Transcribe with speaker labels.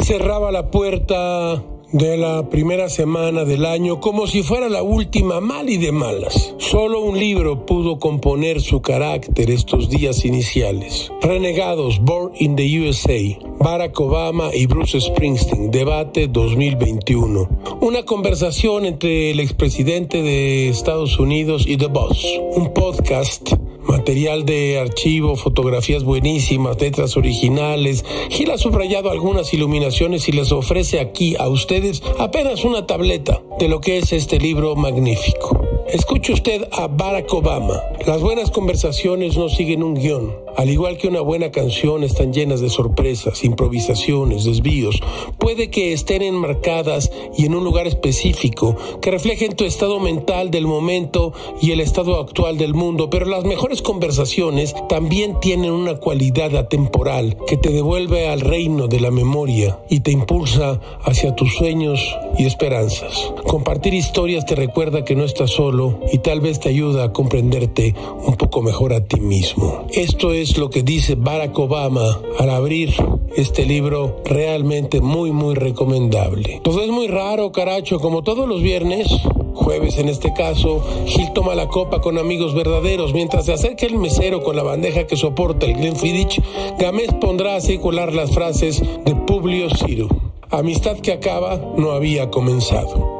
Speaker 1: cerraba la puerta de la primera semana del año como si fuera la última, mal y de malas. Solo un libro pudo componer su carácter estos días iniciales. Renegados, Born in the USA, Barack Obama y Bruce Springsteen, debate 2021. Una conversación entre el expresidente de Estados Unidos y The Boss. Un podcast, material de archivo, fotografías buenísimas, letras originales. Gil ha subrayado algunas iluminaciones y les ofrece aquí a ustedes apenas una tableta de lo que es este libro magnífico. Escuche usted a Barack Obama. Las buenas conversaciones no siguen un guión. Al igual que una buena canción, están llenas de sorpresas, improvisaciones, desvíos. Puede que estén enmarcadas y en un lugar específico, que reflejen tu estado mental del momento y el estado actual del mundo, pero las mejores conversaciones también tienen una cualidad atemporal que te devuelve al reino de la memoria y te impulsa hacia tus sueños y esperanzas. Compartir historias te recuerda que no estás solo y tal vez te ayuda a comprenderte un poco mejor a ti mismo. Esto es lo que dice Barack Obama al abrir este libro, realmente muy recomendable. Todo es muy raro, caracho, como todos los viernes, jueves en este caso, Gil toma la copa con amigos verdaderos. Mientras se acerca el mesero con la bandeja que soporta el Glenfiddich, Gamés pondrá a circular las frases de Publio Ciro. Amistad que acaba no había comenzado.